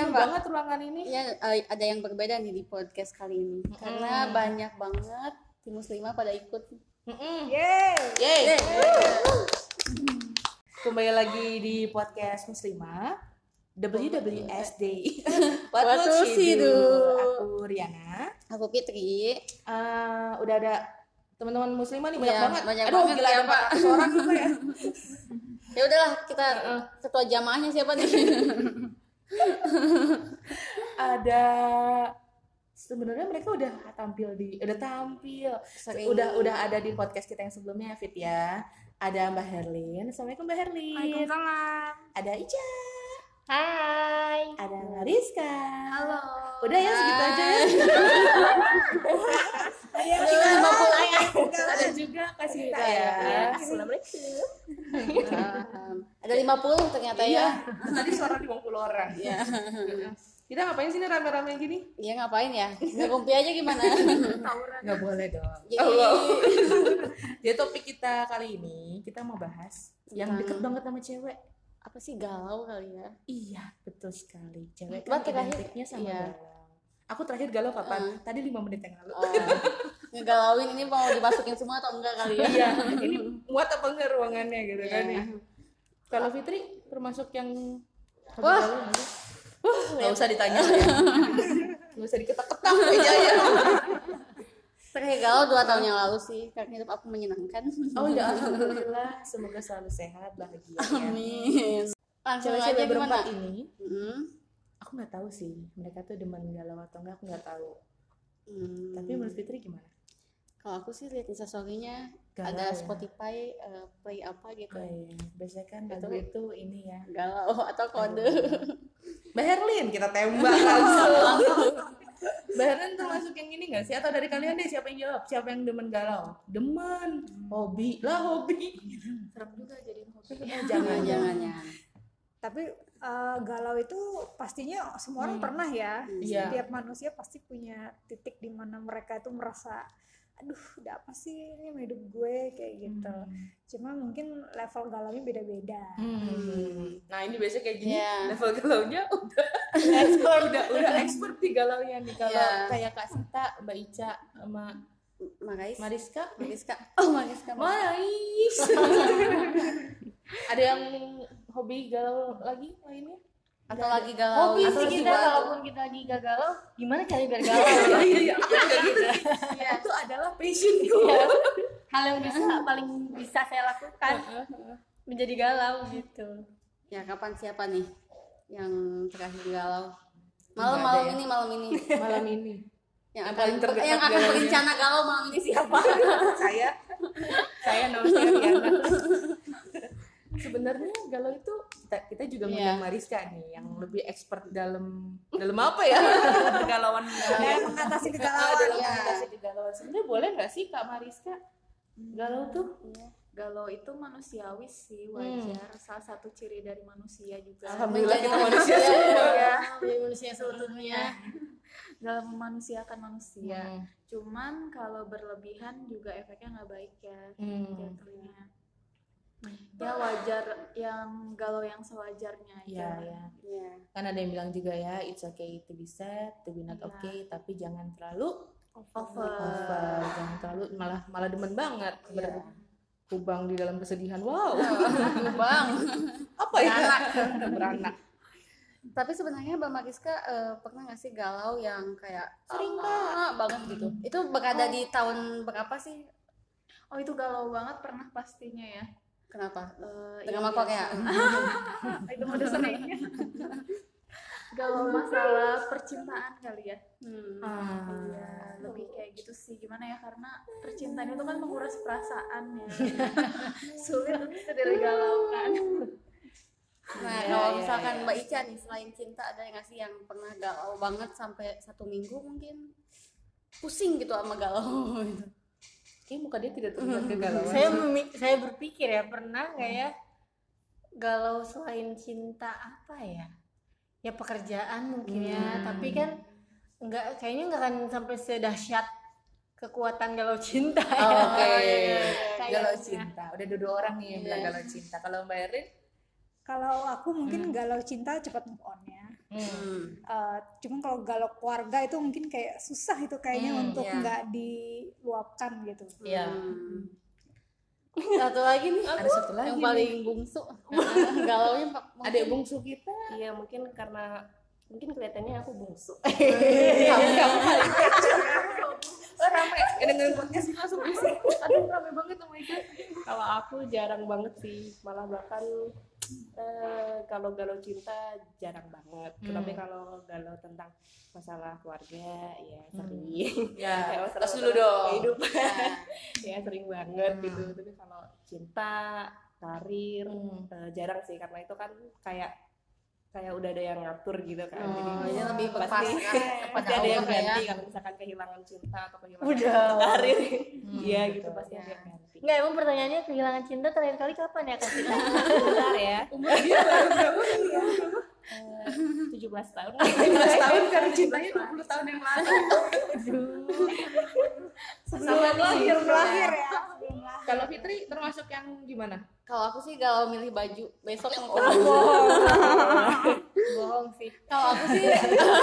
banget ruangan ini. Ya, ada yang berbeda nih di podcast kali ini. Karena banyak banget tim muslimah pada ikut. Yeay. Kembali lagi di podcast muslimah WWSD. What will she do? Aku Riana. Aku Fitri. Udah ada teman-teman muslimah nih banyak banget. Aduh, banget gila ya, ada Pak. 400 orang juga ya. Ya udahlah, kita ketua jamaahnya siapa nih? Ada sebenarnya mereka udah tampil Sering. udah ada di podcast kita yang sebelumnya Fit ya. Ada Mbak Herlin. Assalamualaikum Mbak Herlin. Waalaikumsalam. Ada Ica. Hai. Ada Mariska. Halo. Udah ya segitu aja ya. Ada juga Kasih ya. Assalamualaikum. Ada 50 ternyata ya. Tadi suara 50 orang. Ya. Kita ngapain sih nih rame-rame gini? Iya ngapain ya? Ngerumpi aja gimana? Nggak boleh dong. Jadi Jadi topik kita kali ini kita mau bahas yang deket banget sama cewek. apa sih galau kali ya? Iya, betul sekali. Cewek Mbak kan terakhir- identiknya sama iya. galau. Aku terakhir galau kapan? Tadi 5 menit yang lalu. Oh, ngegalauin ini mau dimasukin semua atau enggak kali ya? Iya, ini muat apa enggak ruangannya gitu kan Iya. ya. Kalau Fitri termasuk yang Wah. galau nggak sih? Nggak usah ditanya ya. Nggak usah diketak-ketak aja ya. Terakhir galau 2 tahun yang lalu sih, karena hidup aku menyenangkan. Oh ya, alhamdulillah. Semoga selalu sehat, bahagia ya. Amin. Langsung aja Cewek-cewek gimana? berempat ini, aku nggak tahu sih mereka tuh demen galau atau enggak, aku nggak tahu. Tapi menurut Fitri gimana? Kalau aku sih lihat instastorynya Galau ada ya? Spotify play apa gitu. Oh, iya. Biasanya kan Itu- lagu itu ini ya. Galau atau kode. Mbak Herlin kita tembak langsung. Mbak Herlin termasuk yang ini nggak sih? Atau dari kalian deh siapa yang jawab? Siapa yang demen galau? Demen, hobi lah hobi. Serem juga jadi hobi. Jangan. Tapi galau itu pastinya semua orang pernah ya. Iya. Setiap manusia pasti punya titik di mana mereka itu merasa, aduh, udah apa sih ini sama hidup gue kayak gitu. Cuma mungkin level galaunya beda-beda. Nah ini biasanya kayak gini, Iya. level galaunya udah expert di galaunya nih. Kalau Iya. kayak Kak Sita, Mbak Ica, sama Mariska. Oh, Mariska. Mais. Ada yang hobi galau lagi lainnya? Atau lagi galau. Hobi Atau sih lagi kita galau. kalaupun kita lagi galau, gimana cara biar galau? Iya. Aku juga gitu. Itu adalah passionku. Hal yang paling bisa saya lakukan menjadi galau gitu. Ya kapan siapa nih yang terakhir galau? Nggak ada Malam ya? ini. Malam ini. Yang paling terdekat yang akan galaunya. berencana galau malam ini siapa? saya namanya Riana. Sebenarnya galau itu kita juga ngundang Mariska nih yang lebih expert dalam apa ya? Kegalauan. Dalam mengatasi kegalauan. Dalam mengatasi kegalauan. Sebenarnya boleh nggak sih Kak Mariska galau tuh? Galau itu manusiawi sih, wajar. Salah satu ciri dari manusia juga. Alhamdulillah kita Menjadi manusia manusia. semua. Ya, Jadi manusia seutuhnya. dalam memanusiakan manusia. Cuman kalau berlebihan juga efeknya nggak baik ya, jatuhnya. Ya wajar, yang galau yang sewajarnya aja. Iya. Iya. Kan ada yang bilang juga ya, it's okay to be sad, to be not okay, tapi jangan terlalu Over. jangan terlalu malah demen banget. Kubang di dalam kesedihan. Wow. Bang. Apa ya? Beranak. Tapi sebenarnya Mbak Mariska pernah nggak sih galau yang kayak Sering, lama banget gitu? Itu berada di tahun berapa sih? Oh itu galau banget pernah pastinya ya. Kenapa? Yang Dengan Korea. Itu udah sering. Galau masalah percintaan kali ya. Iya, lebih kayak gitu sih. Gimana ya, karena percintaan itu kan menguras perasaan ya. Sulit untuk digalaukan. Nah, kalau misalkan Mbak Ica nih, selain cinta ada nggak sih yang pernah galau banget sampai 1 minggu mungkin pusing gitu sama galau gitu? Kayaknya muka dia tidak terlihat kegalauan. Saya berpikir ya, pernah nggak ya galau selain cinta apa ya? Ya pekerjaan mungkin ya, tapi kan kayaknya nggak akan sampai sedahsyat kekuatan galau cinta ya. Oke. Kayaknya. Galau cinta. Udah dua orang nih yang bilang galau cinta. Kalau Mbak Erin? Kalau aku mungkin galau cinta cepat move on ya. Cuman kalau galau keluarga itu mungkin kayak susah itu kayaknya untuk nggak diluapkan gitu. Iya. Satu lagi nih, Ada satu lagi yang nih. paling bungsu. Galaunya Adik bungsu kita. Iya, mungkin karena kelihatannya aku bungsu. Rame. Dengerin podcast ini langsung pusing. Aduh, rame banget oh my god. Kalau aku jarang banget sih, malah bahkan kalau galau cinta jarang banget. Tapi kalau galau tentang masalah keluarga ya sering. Ya, Kayak masalah tos dulu dong. kehidupan. Ya sering banget gitu. Tapi kalau cinta, karir jarang sih, karena itu kan kayak udah ada yang ngatur gitu kan. Jadi ini lebih pasti pada ada yang Allah ya. ganti kalau misalkan kehilangan cinta atau kehilangan Udah. karir. Iya gitu pasti ada yang ganti. Nggak, emang pertanyaannya kehilangan cinta terakhir kali kapan ya Kak Cita? Bentar ya. Umur dia baru berapa ya? 17 tahun. 15 tahun karena cintanya 20 tahun yang lalu. Sebelum lahir ya. Kalau Fitri termasuk yang gimana? Kalau aku sih galau milih baju besok mau Bohong sih. Kalau aku sih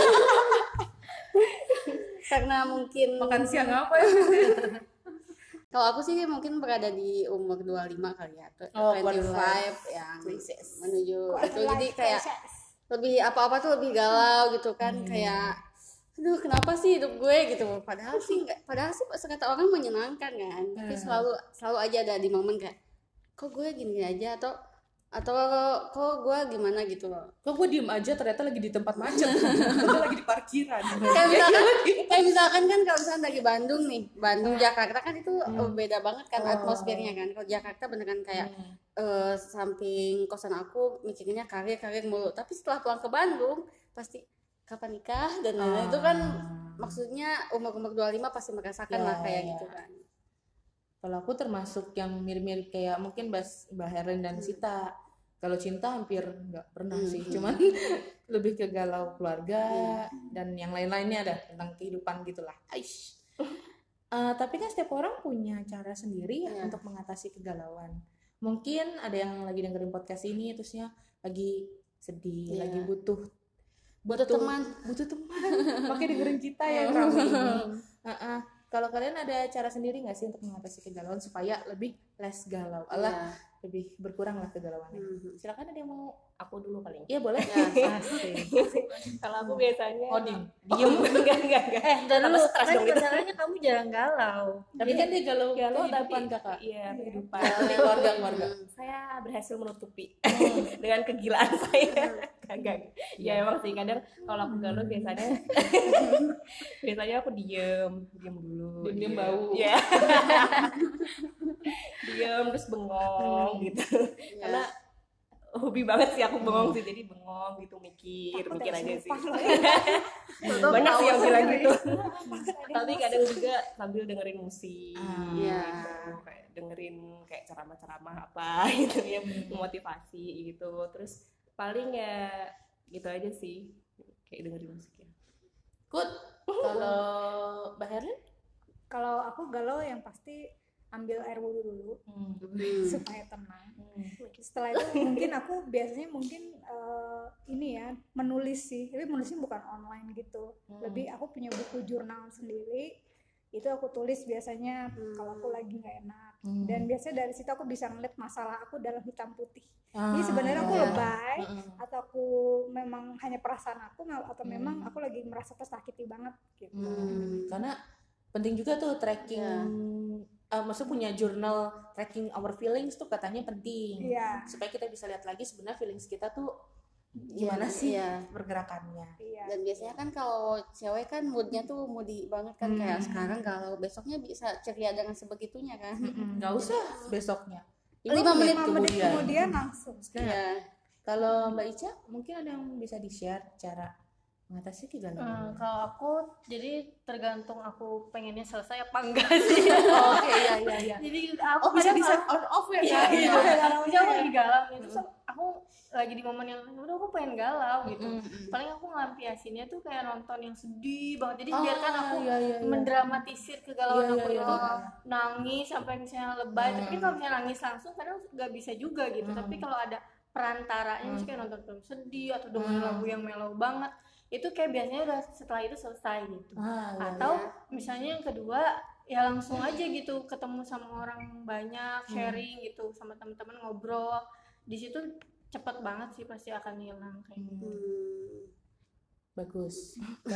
karena mungkin Makan siang apa ya? kalau aku sih mungkin berada di umur 25 kali ya, Oh, 25 yang menuju itu, jadi kayak lebih apa-apa tuh lebih galau gitu kan, kayak aduh kenapa sih hidup gue gitu, padahal sih sekata orang menyenangkan kan, tapi selalu aja ada di momen kayak kok gue gini aja atau kok gue gimana gitu loh. Kok gue diem aja ternyata lagi di tempat macet. Kita lagi di parkiran. Kayak misalkan kan kalau misalkan dari Bandung Jakarta kan itu beda banget kan atmosfernya kan. Kalau Jakarta beneran kayak samping kosan aku mikirnya karir mulu, tapi setelah pulang ke Bandung pasti kapan nikah dan lain-lain itu kan, maksudnya umur 25 pasti merasakan lah kayak gitu kan. Kalau aku termasuk yang mirip-mirip kayak mungkin Mbak Herlin dan Sita. Kalau cinta hampir nggak pernah sih, cuman lebih ke galau keluarga dan yang lain-lainnya ada tentang kehidupan gitulah. Aish. Tapi kan setiap orang punya cara sendiri ya untuk mengatasi kegalauan. Mungkin ada yang lagi dengerin podcast ini terusnya lagi sedih, lagi butuh teman. Makanya dengerin kita yang ramai ini. Kalau kalian ada cara sendiri nggak sih untuk mengatasi kegalauan supaya lebih less galau, lebih berkurang lah kegalauannya? Silakan, ada yang mau? Aku dulu paling. Iya boleh. Kalau aku biasanya diem. enggak. Dan lu stres kan dong gitu. masalahnya kamu jarang galau. Tapi kan dia galau Galau kehidupan tapi kakak. iya, kehidupan. Di keluarga. Saya berhasil menutupi dengan kegilaan saya. Kagak. Ya emang sih kadang kalau aku galau biasanya aku diem dulu. Diem bau. Iya. Diem terus bengong gitu. Karena hobi banget sih aku bengong sih, jadi bengong gitu mikir aja sih. Banyak sih yang bilang gitu. Tapi kadang juga sambil dengerin musik, gitu. Kayak dengerin kayak ceramah-ceramah apa gitu ya, memotivasi gitu. Terus paling ya gitu aja sih, kayak dengerin musik ya. Good. Kalau Mbak Herlin? Kalau aku galau yang pasti ambil air wudhu dulu supaya tenang. Setelah itu mungkin aku biasanya ini ya menulis sih, tapi menulisnya bukan online gitu. Lebih aku punya buku jurnal sendiri, itu aku tulis biasanya kalau aku lagi nggak enak. Dan biasanya dari situ aku bisa ngeliat masalah aku dalam hitam putih. Jadi sebenarnya aku lebay atau aku memang hanya perasaan aku atau memang aku lagi merasa tersakiti banget gitu. Karena penting juga tuh tracking. Maksudnya punya jurnal tracking our feelings tuh katanya penting. Supaya kita bisa lihat lagi sebenarnya feelings kita tuh gimana sih pergerakannya. Dan biasanya kan kalau cewek kan moodnya tuh moody banget kan, kayak sekarang kalau besoknya bisa ceria dengan sebegitunya kan. Nggak usah besoknya, 5 menit kemudian langsung. Kalau Mbak Ica mungkin ada yang bisa di-share cara mengatasi kegalauan? Kalau aku jadi tergantung aku pengennya selesai apa enggak sih. Oke, iya. Jadi aku bisa di set kadang on off ya Iya, kan? bisa aku lagi galau gitu. Terus aku lagi di momen yang udah aku pengen galau gitu. Paling aku ngelampiasinnya tuh kayak nonton yang sedih banget. Jadi biarkan aku mendramatisir kegalauan aku itu, nangis sampai misalnya lebay. Tapi kalau misalnya nangis langsung kadang nggak bisa juga gitu. Tapi kalau ada perantaranya, misalnya kayak nonton film sedih atau dengerin lagu yang mellow banget, itu kayak biasanya udah setelah itu selesai gitu. Atau misalnya yang kedua ya langsung aja gitu ketemu sama orang banyak, sharing gitu sama teman-teman, ngobrol di situ cepet banget sih pasti akan hilang kayak gitu. Bagus.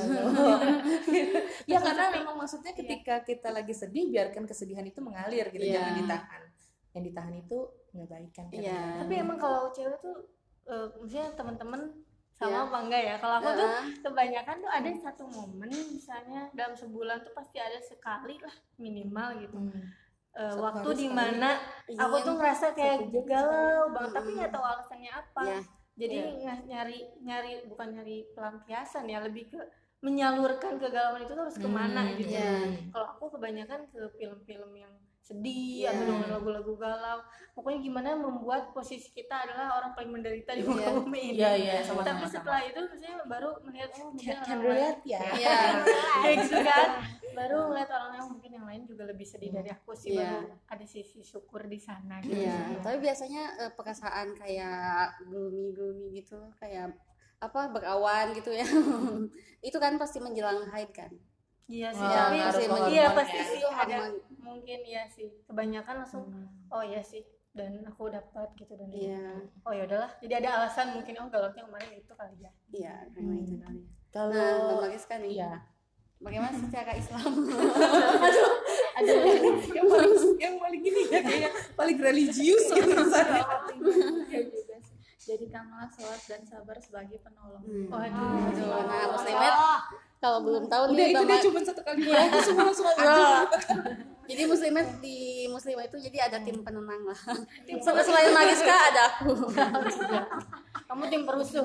Ya karena memang maksudnya ketika kita lagi sedih, biarkan kesedihan itu mengalir gitu, jangan ditahan. Yang ditahan itu mengabaikan. Tapi emang kalau cewek tuh maksudnya teman-teman sama apa enggak ya? Kalau aku tuh kebanyakan tuh ada satu momen misalnya dalam sebulan tuh pasti ada sekali lah minimal gitu. Waktu dimana aku tuh ngerasa kayak galau banget, tapi nggak tahu alasannya apa. Jadi nyari bukan nyari pelampiasan ya, lebih ke menyalurkan kegalauan itu tuh harus kemana gitu. Kalau aku kebanyakan ke film-film yang sedih atau dengan lagu-lagu galau, pokoknya gimana membuat posisi kita adalah orang paling menderita di muka bumi ini. Tapi setelah itu saya baru melihat mungkin orang lain kayak gitu kan, baru melihat orang yang mungkin yang lain juga lebih sedih dari aku sih, baru ada sisi syukur di sana gitu. Tapi biasanya perasaan kayak gloomy gitu, kayak apa berawan gitu ya itu kan pasti menjelang haid kan. Iya sih, tapi pasti sih ada mungkin sih kebanyakan langsung oh iya sih, dan aku dapat gitu, dan oh ya udahlah, jadi ada alasan mungkin galaunya kemarin itu kali ya. Karena itu kali. Kalau bagus kan nih bagaimana secara Islam? Aduh, yang paling gini ya, kayak paling religius gitu misalnya. Jadikanlah sholat dan sabar sebagai penolong. Nah, muslimat kalau belum tahu udah nih itu dia cuma satu kali itu semua langsung aduh. Jadi muslimat di muslimah itu jadi ada tim penenang lah. Selain Mariska ada aku. Kamu tim perusuh.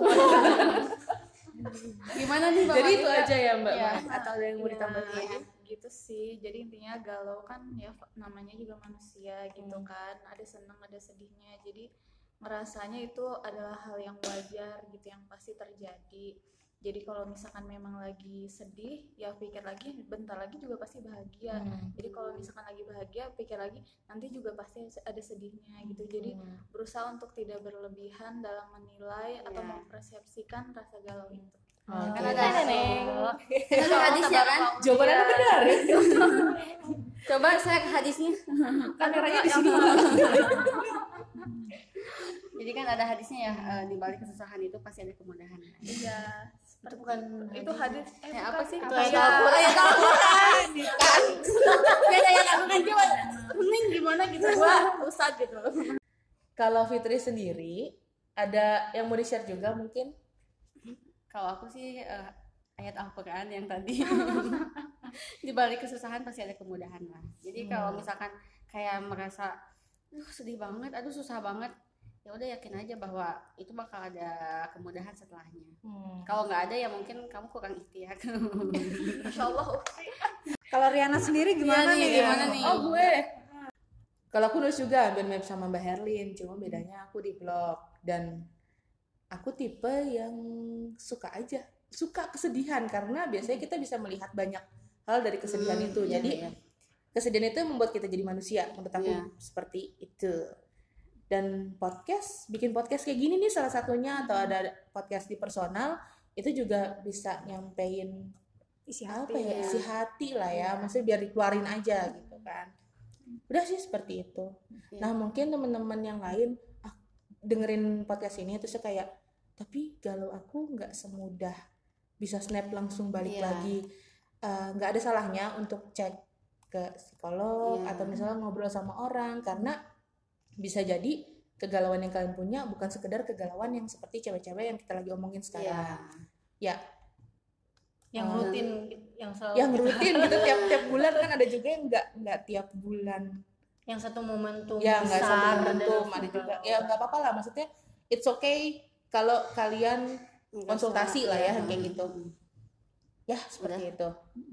Gimana nih Mbak? Jadi itu aja ya Mbak, atau ada yang mau ditambahin lagi? Gitu sih, jadi intinya galau kan ya namanya juga manusia gitu kan, ada senang ada sedihnya, jadi ngerasanya itu adalah hal yang wajar gitu, yang pasti terjadi. Jadi kalau misalkan memang lagi sedih ya pikir lagi bentar lagi juga pasti bahagia. Jadi kalau misalkan lagi bahagia pikir lagi nanti juga pasti ada sedihnya gitu. Jadi berusaha untuk tidak berlebihan dalam menilai atau mempersepsikan rasa galau itu. Kan ada hadis ya kan? Jawabannya benar. Coba saya ke hadisnya. Kameranya di sini. Jadi kan ada hadisnya ya, di balik kesusahan itu pasti ada kemudahan. Iya, Itu bukan itu hadis apa sih? Itu ayat Al-Quran. Beda yang aku kan coba kuning gimana gitu gua ustad gitu. Kalau Fitri sendiri ada yang mau di-share juga mungkin? Kalau aku sih ayat Al-Quran yang tadi di balik kesusahan pasti ada kemudahan lah. Jadi kalau misalkan kayak merasa sedih banget, aduh susah banget, ya udah yakin aja bahwa itu bakal ada kemudahan setelahnya. Kalau nggak ada ya mungkin kamu kurang ikhtiar. Insyaallah. Kalau Riana sendiri gimana nih? Oh gue. Kalau aku nulis juga hampir mirip sama Mbak Herlin, cuma bedanya aku di blog dan aku tipe yang suka kesedihan karena biasanya kita bisa melihat banyak hal dari kesedihan itu. Jadi kesedihan itu membuat kita jadi manusia, menurut aku seperti itu. Dan bikin podcast kayak gini nih salah satunya, atau ada podcast di personal itu juga bisa nyampein isi hati lah ya, maksudnya biar dikeluarin aja gitu kan. Udah sih seperti itu. Nah mungkin teman-teman yang lain dengerin podcast ini terus kayak, tapi galau aku nggak semudah bisa snap langsung balik lagi. Nggak ada salahnya untuk cek ke psikolog atau misalnya ngobrol sama orang, karena bisa jadi kegalauan yang kalian punya bukan sekedar kegalauan yang seperti cewek-cewek yang kita lagi omongin sekarang. Yang rutin, yang rutin gitu tiap bulan kan, ada juga yang nggak tiap bulan. Yang satu momentum ya nggak satu besar, momentum, ada juga ya nggak apa-apa lah, maksudnya it's okay kalau kalian konsultasi lah ya kayak gitu ya, seperti itu.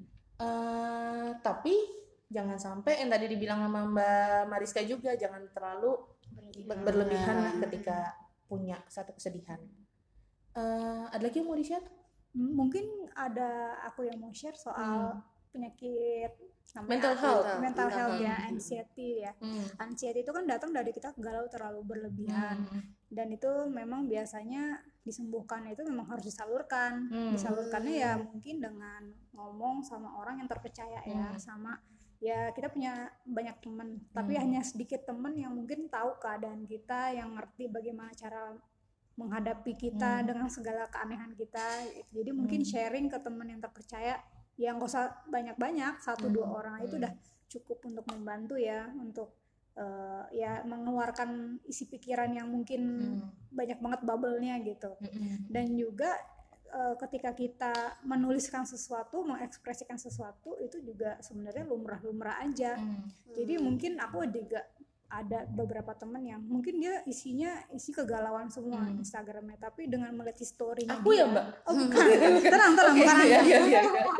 Tapi jangan sampai yang tadi dibilang sama Mbak Mariska juga, jangan terlalu berlebihan lah ketika punya satu kesedihan. Ada lagi yang mau di-share? Mungkin ada aku yang mau share soal penyakit namanya mental health ya, anxiety ya. Anxiety itu kan datang dari kita galau terlalu berlebihan, dan itu memang biasanya disembuhkan itu memang harus disalurkan. Disalurkannya ya mungkin dengan ngomong sama orang yang terpercaya ya, sama ya kita punya banyak teman, tapi hanya sedikit teman yang mungkin tahu keadaan kita, yang ngerti bagaimana cara menghadapi kita dengan segala keanehan kita. Jadi mungkin sharing ke teman yang terpercaya, yang gak usah banyak-banyak, 1-2 orang itu udah cukup untuk membantu ya, untuk ya mengeluarkan isi pikiran yang mungkin banyak banget bubble-nya gitu. Dan juga ketika kita menuliskan sesuatu, mengekspresikan sesuatu, itu juga sebenarnya lumrah-lumrah aja. Jadi mungkin aku juga ada beberapa teman yang mungkin dia isi kegalauan semua Instagramnya, tapi dengan melihat historinya aku dia, ya Mbak, tenang bukan iya.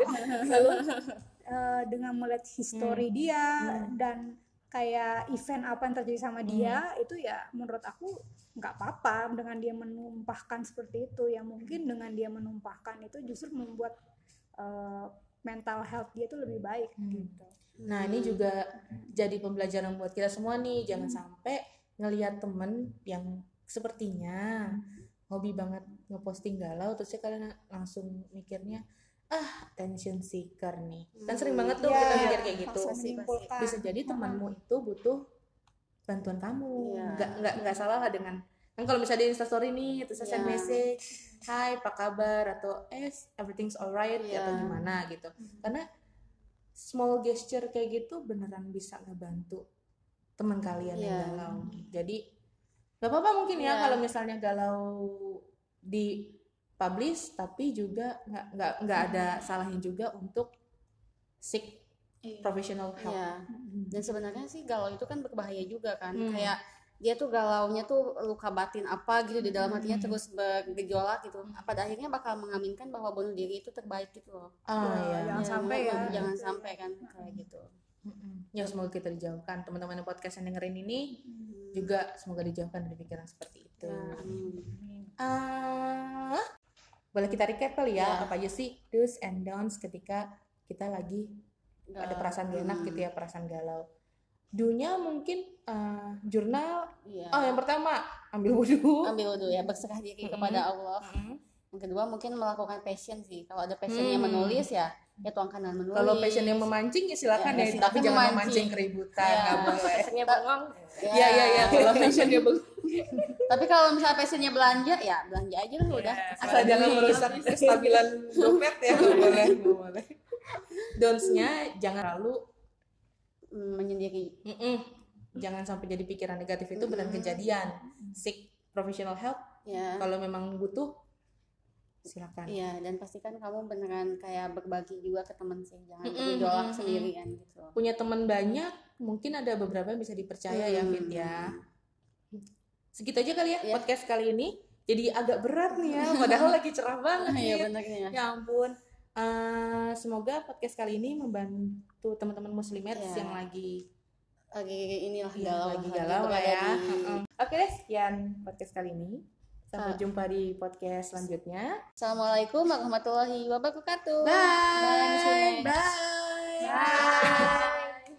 Dengan melihat history dia dan kayak event apa yang terjadi sama dia, itu ya menurut aku nggak apa-apa dengan dia menumpahkan seperti itu. Ya mungkin dengan dia menumpahkan itu justru membuat mental health dia tuh lebih baik gitu. Nah ini juga jadi pembelajaran buat kita semua nih, jangan sampai ngelihat temen yang sepertinya hobi banget ngeposting galau, terusnya kalian langsung mikirnya attention seeker nih. Kan sering banget tuh kita mikir kayak gitu. Bisa jadi temanmu itu butuh bantuan kamu. Nggak salah lah dengan kan kalau misalnya di Instastory nih terus send message, hai apa kabar, atau everything's alright atau gimana gitu. Karena small gesture kayak gitu beneran bisa ngebantu teman kalian yang galau. Jadi nggak apa-apa mungkin ya kalau misalnya galau di publish, tapi juga nggak ada salahnya juga untuk seek professional help. Dan sebenarnya sih galau itu kan berbahaya juga kan, kayak dia tuh galaunya tuh luka batin apa gitu di dalam hatinya terus bergejolak gitu. Pada akhirnya bakal mengaminkan bahwa bunuh diri itu terbaik gitu loh. Jangan sampai ya. Jangan sampai kan kayak gitu. Ya semoga kita dijauhkan, teman-teman yang podcast yang dengerin ini juga semoga dijauhkan dari pikiran seperti itu. Boleh kita recap kali ya, apa aja sih do's and don'ts ketika kita lagi ada perasaan gak enak gitu ya, perasaan galau. Do-nya mungkin jurnal. Yang pertama ambil wudhu ya, berserah diri kepada Allah. Yang kedua mungkin melakukan passion sih. Kalau ada passionnya menulis ya tuangkan dengan menulis. Kalau passion yang memancing ya silakan ya, tapi jangan memancing keributan, nggak boleh. Passionnya bengong. Iya. Kalau passionnya bengong. Tapi kalau misalnya passionnya belanja ya belanja aja lah udah. Asal jangan merusak kestabilan dompet ya, nggak boleh. Don'ts-nya jangan terlalu menyendiri. Jangan sampai jadi pikiran negatif itu benar kejadian. Seek professional help. Kalau memang butuh silakan. Dan pastikan kamu beneran kayak berbagi juga ke teman sih, jangan bergejolak sendirian gitu. Punya teman banyak, mungkin ada beberapa yang bisa dipercaya ya Fit ya. Segitu aja kali ya podcast kali ini. Jadi agak berat nih ya, padahal lagi cerah banget nih. Iya benar ya. Ya ampun. Semoga podcast kali ini membantu teman-teman muslimat yang lagi inilah galau ya. Oke deh, sekian podcast kali ini. Sampai jumpa di podcast selanjutnya. Assalamualaikum warahmatullahi wabarakatuh. Bye. Bye.